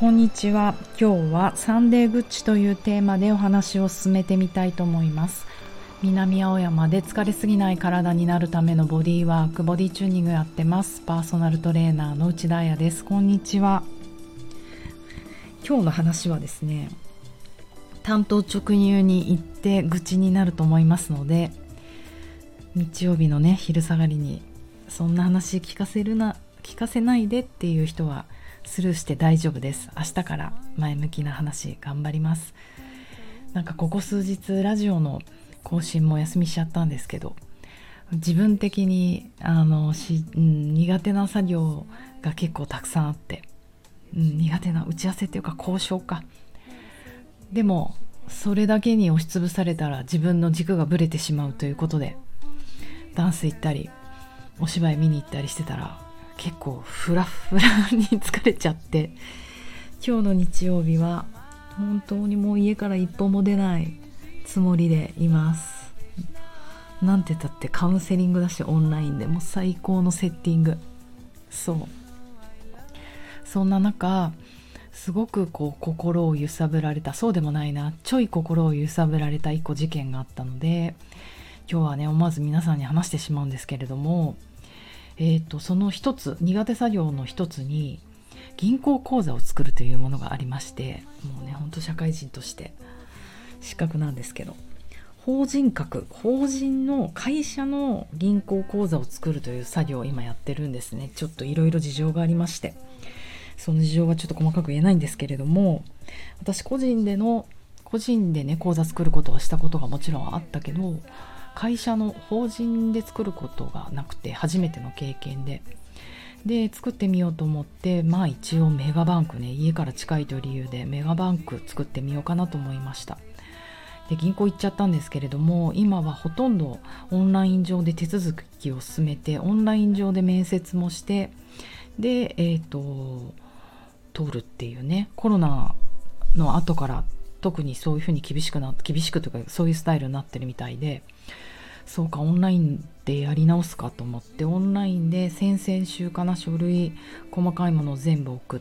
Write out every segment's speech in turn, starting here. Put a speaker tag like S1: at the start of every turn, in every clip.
S1: こんにちは。今日はサンデーグッチというテーマでお話を進めてみたいと思います。南青山で疲れすぎない体になるためのボディワーク、ボディチューニングやってます。パーソナルトレーナーの内田彩です。こんにちは。今日の話はですね、単刀直入に言って愚痴になると思いますので、日曜日のね、昼下がりにそんな話聞かせないでっていう人はスルーして大丈夫です。明日から前向きな話頑張ります。なんかここ数日ラジオの更新も休みしちゃったんですけど、自分的に苦手な作業が結構たくさんあって、苦手な打ち合わせっていうか交渉か。でもそれだけに押しつぶされたら自分の軸がぶれてしまうということで、ダンス行ったりお芝居見に行ったりしてたら結構フラフラに疲れちゃって、今日の日曜日は本当にもう家から一歩も出ないつもりでいます。なんて言ったってカウンセリングだし、オンラインでもう最高のセッティング。そんな中すごく心を揺さぶられた、そうでもないな、ちょい心を揺さぶられた一個事件があったので、今日はね思わず皆さんに話してしまうんですけれども、その一つ、苦手作業の一つに銀行口座を作るというものがありまして、もうね本当社会人として失格なんですけど、法人の会社の銀行口座を作るという作業を今やってるんですね。ちょっといろいろ事情がありまして、その事情がちょっと細かく言えないんですけれども、私個人でね口座作ることはしたことがもちろんあったけど、会社の法人で作ることがなくて初めての経験で作ってみようと思って、一応メガバンクね、家から近いという理由でメガバンク作ってみようかなと思いました。で銀行行っちゃったんですけれども、今はほとんどオンライン上で手続きを進めて、オンライン上で面接もして、で通るっていうね、コロナの後から特にそういうふうに厳しくというかそういうスタイルになってるみたいで、そうかオンラインでやり直すかと思って、オンラインで先々週かな、書類細かいものを全部送って、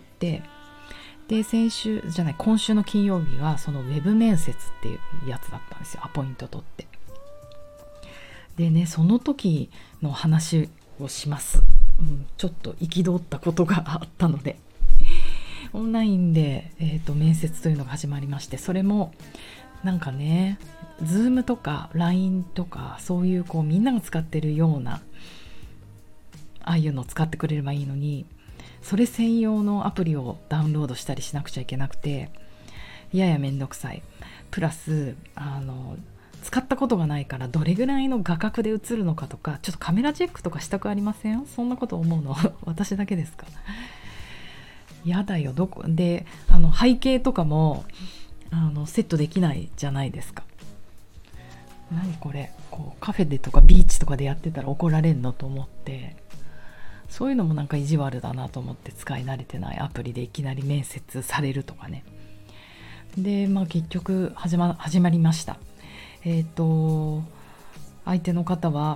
S1: で今週の金曜日はそのウェブ面接っていうやつだったんですよ。アポイント取って、でねその時の話をします。ちょっと憤ったことがあったので、オンラインで、面接というのが始まりまして、それもなんかね、Zoom とか LINE とかそういうみんなが使ってるようなああいうのを使ってくれればいいのに、それ専用のアプリをダウンロードしたりしなくちゃいけなくて、ややめんどくさい。プラス使ったことがないから、どれぐらいの画角で映るのかとか、ちょっとカメラチェックとかしたくありません？そんなこと思うの私だけですか？やだよ。どこで背景とかもセットできないじゃないですか。何これ、カフェでとかビーチとかでやってたら怒られんのと思って、そういうのもなんか意地悪だなと思って、使い慣れてないアプリでいきなり面接されるとかね。で結局始まりました。相手の方は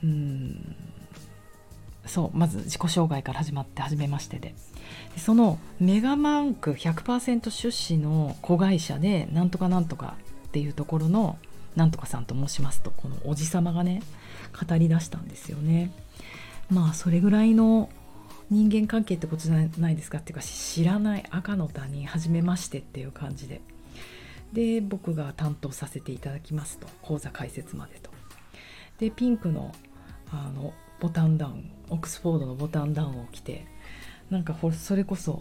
S1: まず自己紹介から始まって、初めましてで、そのメガバンク 100% 出資の子会社でなんとかなんとかっていうところのなんとかさんと申しますと、このおじさまがね語り出したんですよね。それぐらいの人間関係ってことじゃないですかっていうか、知らない赤の他人初めましてっていう感じで僕が担当させていただきますと、講座開設までと。でピンクのボタンダウン、オックスフォードのボタンダウンを着て、なんかそれこそ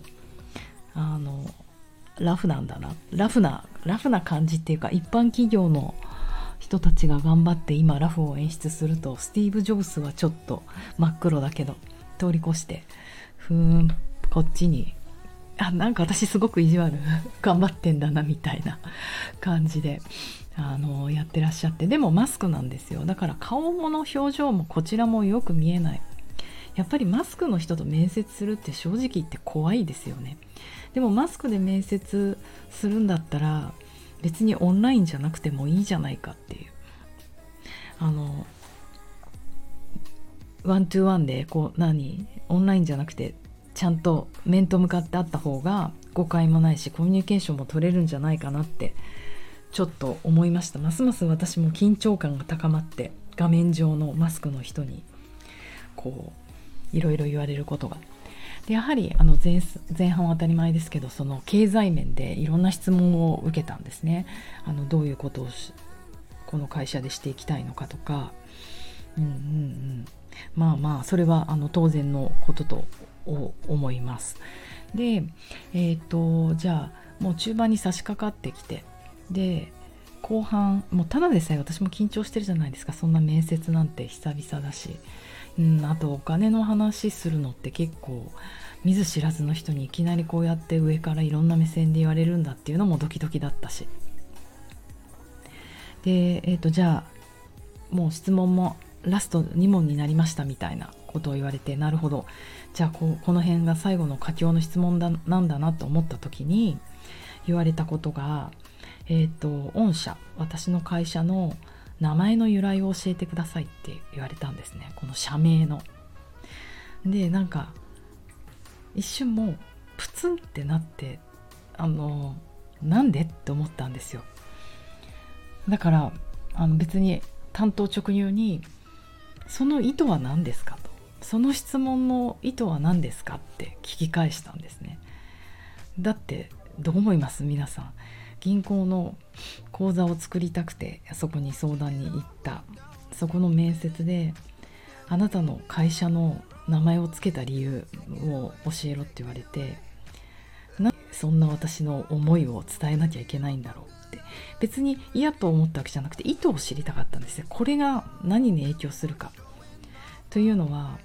S1: ラフな感じっていうか、一般企業の人たちが頑張って今ラフを演出すると、スティーブ・ジョブスはちょっと真っ黒だけど通り越してこっちになんか私すごく意地悪頑張ってんだなみたいな感じでやってらっしゃって、でもマスクなんですよ。だから顔の表情もこちらもよく見えない。やっぱりマスクの人と面接するって正直言って怖いですよね。でもマスクで面接するんだったら別にオンラインじゃなくてもいいじゃないかっていう、ワントゥーワンでオンラインじゃなくてちゃんと面と向かってあった方が誤解もないしコミュニケーションも取れるんじゃないかなってちょっと思いました。ますます私も緊張感が高まって、画面上のマスクの人にこういろいろ言われることがで、やはり前半は当たり前ですけど、その経済面でいろんな質問を受けたんですね。どういうことをこの会社でしていきたいのかとか、まあそれは当然のことと思います。で、じゃあもう中盤に差し掛かってきて、で後半もうただでさえ私も緊張してるじゃないですか。そんな面接なんて久々だし、あとお金の話するのって結構見ず知らずの人にいきなりこうやって上からいろんな目線で言われるんだっていうのもドキドキだったし、で、じゃあもう質問もラスト2問になりましたみたいなことを言われて、なるほど、じゃあこの辺が最後の佳境の質問なんだなと思った時に言われたことが、御社、私の会社の名前の由来を教えてくださいって言われたんですね。この社名の。で、なんか一瞬もうプツンってなって、なんでって思ったんですよ。だから別に単刀直入にその意図は何ですかと、その質問の意図は何ですかって聞き返したんですね。だってどう思います皆さん。銀行の口座を作りたくてそこに相談に行った、そこの面接であなたの会社の名前を付けた理由を教えろって言われて、なんでそんな私の思いを伝えなきゃいけないんだろうって、別に嫌と思ったわけじゃなくて意図を知りたかったんですよ。これが何に影響するかというのは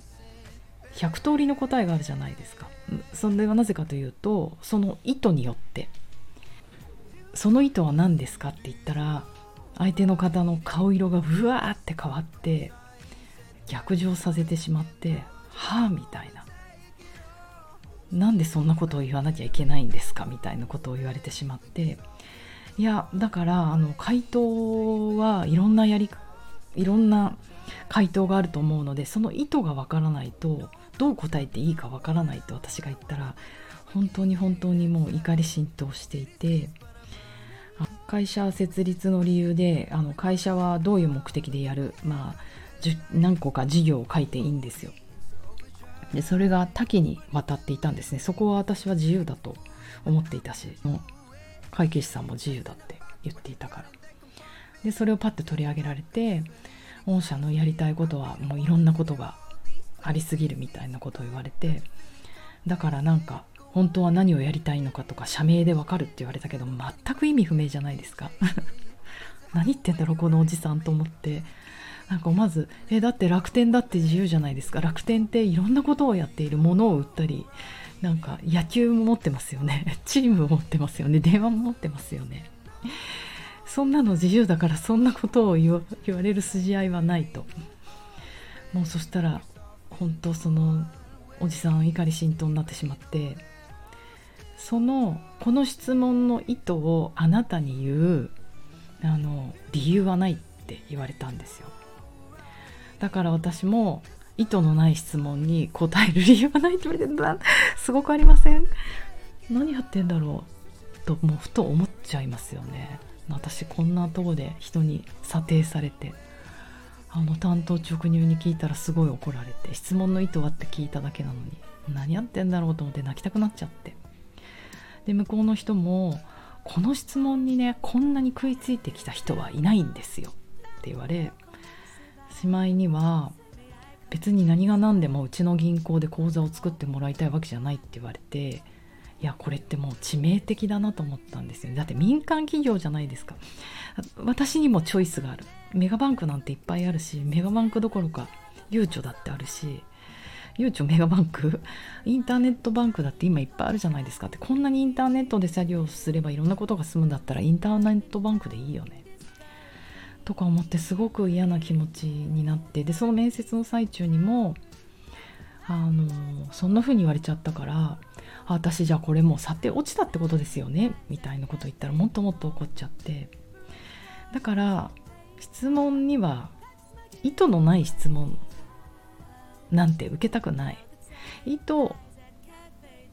S1: 100通りの答えがあるじゃないですか。それはなぜかというと、その意図によって、その意図は何ですかって言ったら相手の方の顔色がブワーって変わって逆上させてしまって、はぁみたいな、なんでそんなことを言わなきゃいけないんですかみたいなことを言われてしまって、いやだから回答はいろんな回答があると思うので、その意図がわからないとどう答えていいかわからないと私が言ったら、本当にもう怒り心頭していて、会社設立の理由で会社はどういう目的でやる、何個か事業を書いていいんですよ。でそれが多岐にわたっていたんですね。そこは私は自由だと思っていたし、会計士さんも自由だって言っていたから。でそれをパッと取り上げられて、御社のやりたいことはもういろんなことがありすぎるみたいなことを言われて、だからなんか本当は何をやりたいのかとか社名でわかるって言われたけど、全く意味不明じゃないですか何言ってんだろうこのおじさんと思って、なんかまずだって楽天だって自由じゃないですか。楽天っていろんなことをやっている、ものを売ったり、なんか野球も持ってますよねチームも持ってますよね、電話も持ってますよね。そんなの自由だから、そんなことを言われる筋合いはないと。もうそしたら本当そのおじさん怒り心頭になってしまって、この質問の意図をあなたに言う理由はないって言われたんですよ。だから私も意図のない質問に答える理由はないって言われてる。すごくありません？何やってんだろうと、もうふと思っちゃいますよね。私こんなとこで人に査定されて、担当直入に聞いたらすごい怒られて、質問の意図はって聞いただけなのに何やってんだろうと思って泣きたくなっちゃって、で向こうの人もこの質問にねこんなに食いついてきた人はいないんですよって言われ、しまいには別に何が何でもうちの銀行で口座を作ってもらいたいわけじゃないって言われて、いやこれってもう致命的だなと思ったんですよね。だって民間企業じゃないですか。私にもチョイスがある。メガバンクなんていっぱいあるし、メガバンクどころかゆうちょだってあるし、ゆうちょメガバンクインターネットバンクだって今いっぱいあるじゃないですかって。こんなにインターネットで作業すればいろんなことが済むんだったらインターネットバンクでいいよねとか思って、すごく嫌な気持ちになって、でその面接の最中にもそんな風に言われちゃったから、私じゃあこれもう査定落ちたってことですよねみたいなこと言ったらもっともっと怒っちゃって、だから質問には意図のない質問なんて受けたくない。意図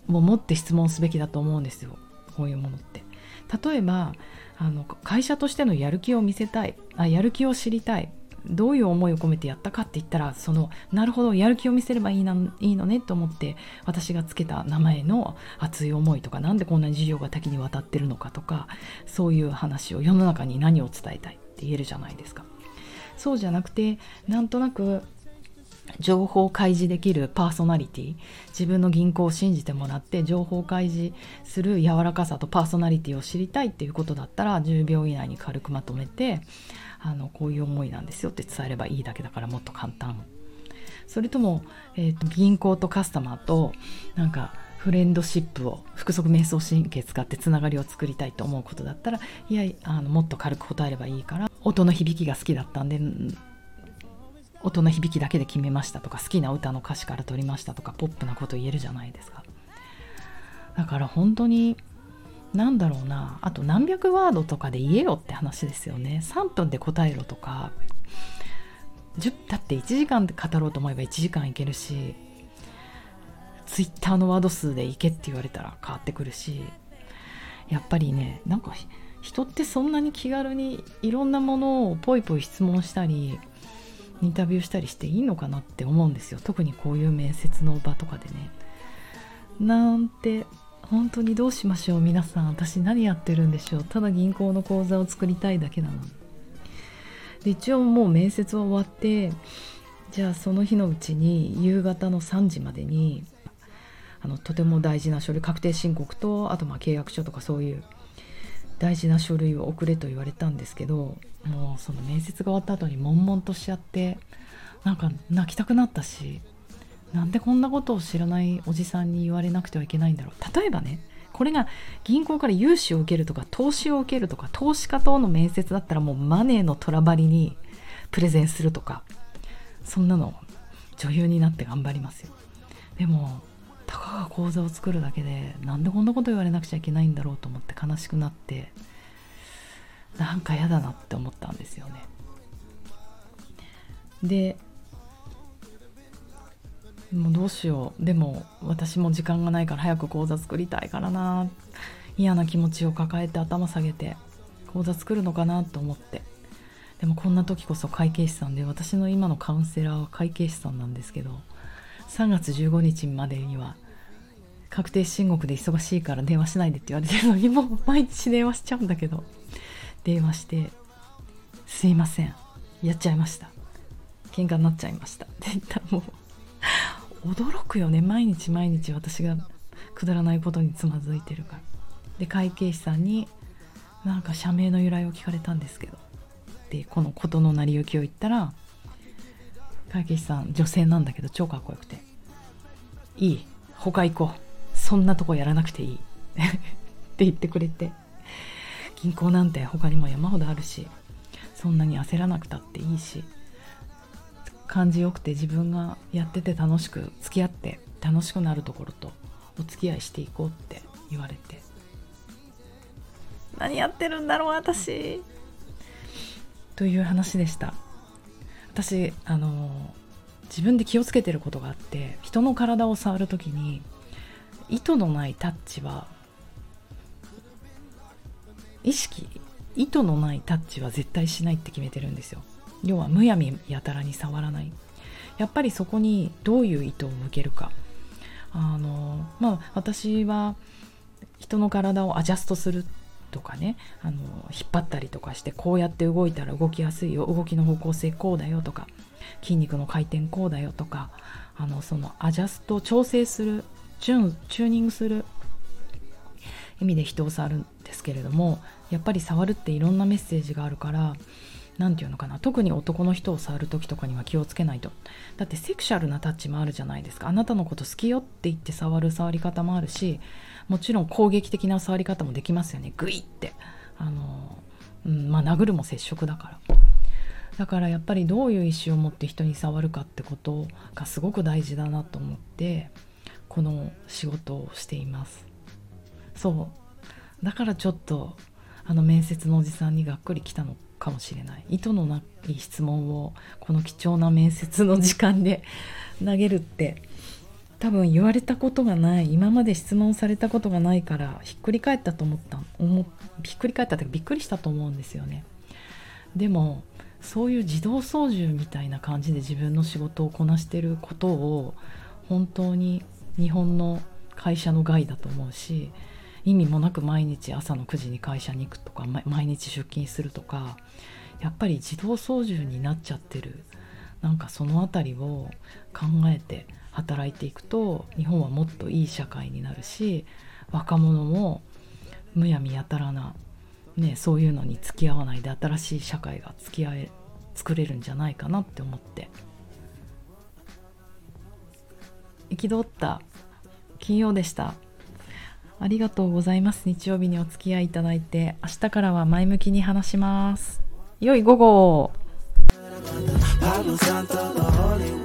S1: を持って質問すべきだと思うんですよ、こういうものって。例えば会社としてのやる気を見せたい、やる気を知りたい、どういう思いを込めてやったかって言ったら、なるほど、やる気を見せればいいのねと思って私がつけた名前の熱い思いとか、なんでこんなに事業が多岐にわたってるのかとか、そういう話を、世の中に何を伝えたいって言えるじゃないですか。そうじゃなくて、なんとなく情報開示できるパーソナリティ、自分の銀行を信じてもらって情報開示する柔らかさとパーソナリティを知りたいっていうことだったら、10秒以内に軽くまとめて、こういう思いなんですよって伝えればいいだけだから、もっと簡単。それとも、銀行とカスタマーとなんかフレンドシップを、腹側瞑想神経使ってつながりを作りたいと思うことだったら、いやもっと軽く答えればいいから、音の響きが好きだったんで音の響きだけで決めましたとか、好きな歌の歌詞から取りましたとか、ポップなこと言えるじゃないですか。だから本当になんだろうな、あと何百ワードとかで言えよって話ですよね。3分で答えろとか、だって1時間で語ろうと思えば1時間いけるし、ツイッターのワード数でいけって言われたら変わってくるし、やっぱりね、なんか人ってそんなに気軽にいろんなものをポイポイ質問したりインタビューしたりしていいのかなって思うんですよ。特にこういう面接の場とかでね。なんて、本当にどうしましょう皆さん、私何やってるんでしょう。ただ銀行の口座を作りたいだけなのに。で一応もう面接は終わって、じゃあその日のうちに夕方の3時までにとても大事な書類、確定申告と、あと契約書とか、そういう大事な書類を送れと言われたんですけど、もうその面接が終わった後に悶々としちゃって、なんか泣きたくなったし、なんでこんなことを知らないおじさんに言われなくてはいけないんだろう。例えばね、これが銀行から融資を受けるとか投資を受けるとか、投資家との面接だったらもうマネーの虎張りにプレゼンするとか、そんなの女優になって頑張りますよ。でもたかが口座を作るだけでなんでこんなこと言われなくちゃいけないんだろうと思って悲しくなって、なんか嫌だなって思ったんですよね。でもうどうしよう、でも私も時間がないから早く口座作りたいからな、嫌な気持ちを抱えて頭下げて口座作るのかなと思って、でもこんな時こそ会計士さんで、私の今のカウンセラーは会計士さんなんですけど、3月15日までには確定申告で忙しいから電話しないでって言われてるのに、もう毎日電話しちゃうんだけど、電話してすいませんやっちゃいました、喧嘩になっちゃいましたって言ったら、もう驚くよね。毎日毎日私がくだらないことにつまずいてるから。で会計士さんになんか社名の由来を聞かれたんですけど、でこの事の成り行きを言ったら、会計士さん女性なんだけど超かっこよくて、いい他行こう、そんなとこやらなくていいって言ってくれて、銀行なんて他にも山ほどあるし、そんなに焦らなくたっていいし、感じよくて自分がやってて楽しく付き合って楽しくなるところとお付き合いしていこうって言われて、何やってるんだろう私という話でした。私自分で気をつけてることがあって、人の体を触るときに意図のないタッチは意図のないタッチは絶対しないって決めてるんですよ。要はむやみやたらに触らない。やっぱりそこにどういう意図を向けるか。私は人の体をアジャストするとかね、引っ張ったりとかして、こうやって動いたら動きやすいよ、動きの方向性こうだよとか、筋肉の回転こうだよとか、そのアジャスト、調整する、チューニングする意味で人を触るんですけれども、やっぱり触るっていろんなメッセージがあるから、なんていうのかな、特に男の人を触る時とかには気をつけないと。だってセクシャルなタッチもあるじゃないですか。あなたのこと好きよって言って触る触り方もあるし、もちろん攻撃的な触り方もできますよね。グイって殴るも接触だから。だからやっぱりどういう意思を持って人に触るかってことがすごく大事だなと思って、この仕事をしています。そうだからちょっと面接のおじさんにがっくりきたのかもしれない。意図のない質問をこの貴重な面接の時間で投げるって多分言われたことがない、今まで質問されたことがないからひっくり返ったとひっくり返ったというかびっくりしたと思うんですよね。でもそういう自動操縦みたいな感じで自分の仕事をこなしてることを本当に日本の会社の害だと思うし、意味もなく毎日朝の9時に会社に行くとか、毎日出勤するとか、やっぱり自動操縦になっちゃってる。なんかそのあたりを考えて働いていくと日本はもっといい社会になるし、若者もむやみやたらな、そういうのに付き合わないで新しい社会が作れるんじゃないかなって思って、憤った金曜でした。ありがとうございます。日曜日にお付き合いいただいて、明日からは前向きに話します。良い午後。